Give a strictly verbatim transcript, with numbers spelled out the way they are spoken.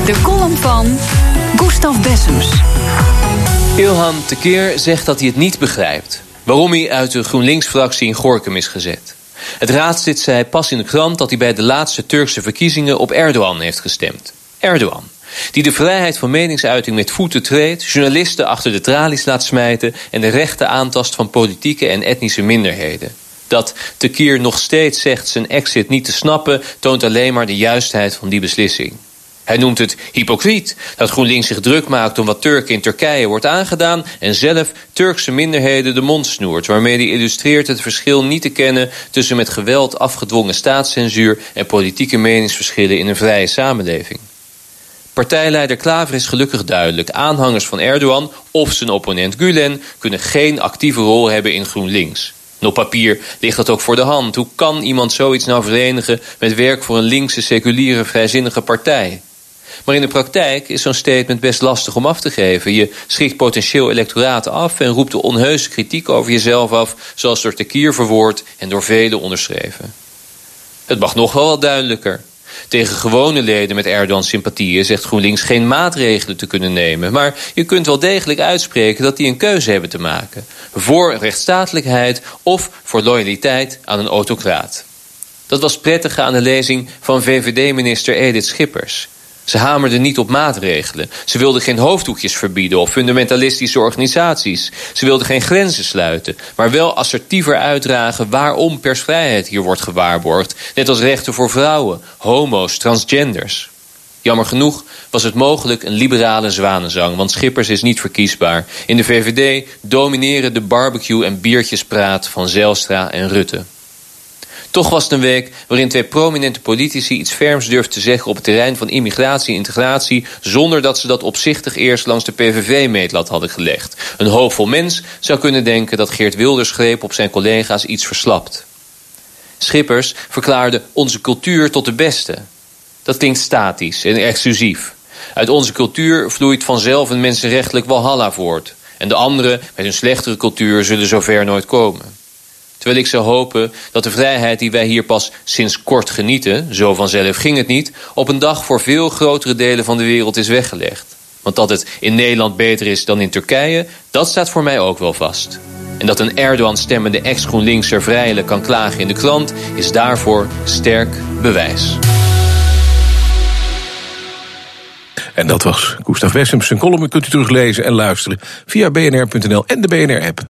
De column van Gustav Bessems. Ilhan Tekeer zegt dat hij het niet begrijpt waarom hij uit de GroenLinks-fractie in Gorinchem is gezet. Het raadslid zei pas in de krant dat hij bij de laatste Turkse verkiezingen op Erdogan heeft gestemd. Erdogan, die de vrijheid van meningsuiting met voeten treedt, journalisten achter de tralies laat smijten en de rechten aantast van politieke en etnische minderheden. Dat Tekeer nog steeds zegt zijn exit niet te snappen, toont alleen maar de juistheid van die beslissing. Hij noemt het hypocriet dat GroenLinks zich druk maakt om wat Turken in Turkije wordt aangedaan en zelf Turkse minderheden de mond snoert, waarmee hij illustreert het verschil niet te kennen tussen met geweld afgedwongen staatscensuur en politieke meningsverschillen in een vrije samenleving. Partijleider Klaver is gelukkig duidelijk. Aanhangers van Erdogan of zijn opponent Gülen kunnen geen actieve rol hebben in GroenLinks. En op papier ligt dat ook voor de hand. Hoe kan iemand zoiets nou verenigen met werk voor een linkse, seculiere, vrijzinnige partij? Maar in de praktijk is zo'n statement best lastig om af te geven. Je schrikt potentieel electoraten af en roept de onheuse kritiek over jezelf af, zoals door Tekeer verwoord en door velen onderschreven. Het mag nog wel wat duidelijker. Tegen gewone leden met Erdogans sympathieën zegt GroenLinks geen maatregelen te kunnen nemen. Maar je kunt wel degelijk uitspreken dat die een keuze hebben te maken. Voor rechtsstatelijkheid of voor loyaliteit aan een autocraat. Dat was prettig aan de lezing van V V D-minister Edith Schippers. Ze hamerde niet op maatregelen. Ze wilde geen hoofddoekjes verbieden of fundamentalistische organisaties. Ze wilde geen grenzen sluiten, maar wel assertiever uitdragen waarom persvrijheid hier wordt gewaarborgd. Net als rechten voor vrouwen, homo's, transgenders. Jammer genoeg was het mogelijk een liberale zwanenzang, want Schippers is niet verkiesbaar. In de V V D domineren de barbecue- en biertjespraat van Zijlstra en Rutte. Toch was het een week waarin twee prominente politici iets ferms durfden te zeggen op het terrein van immigratie en integratie, zonder dat ze dat opzichtig eerst langs de P V V-meetlat hadden gelegd. Een hoopvol mens zou kunnen denken dat Geert Wilders greep op zijn collega's iets verslapt. Schippers verklaarde onze cultuur tot de beste. Dat klinkt statisch en exclusief. Uit onze cultuur vloeit vanzelf een mensenrechtelijk walhalla voort. En de anderen met hun slechtere cultuur zullen zover nooit komen. Terwijl ik zou hopen dat de vrijheid die wij hier pas sinds kort genieten, zo vanzelf ging het niet, op een dag voor veel grotere delen van de wereld is weggelegd. Want dat het in Nederland beter is dan in Turkije, dat staat voor mij ook wel vast. En dat een Erdogan-stemmende ex-GroenLinkser vrijelijk kan klagen in de krant, is daarvoor sterk bewijs. En dat was Gustav Bessems. Zijn column kunt u teruglezen en luisteren via B N R punt N L en de B N R-app.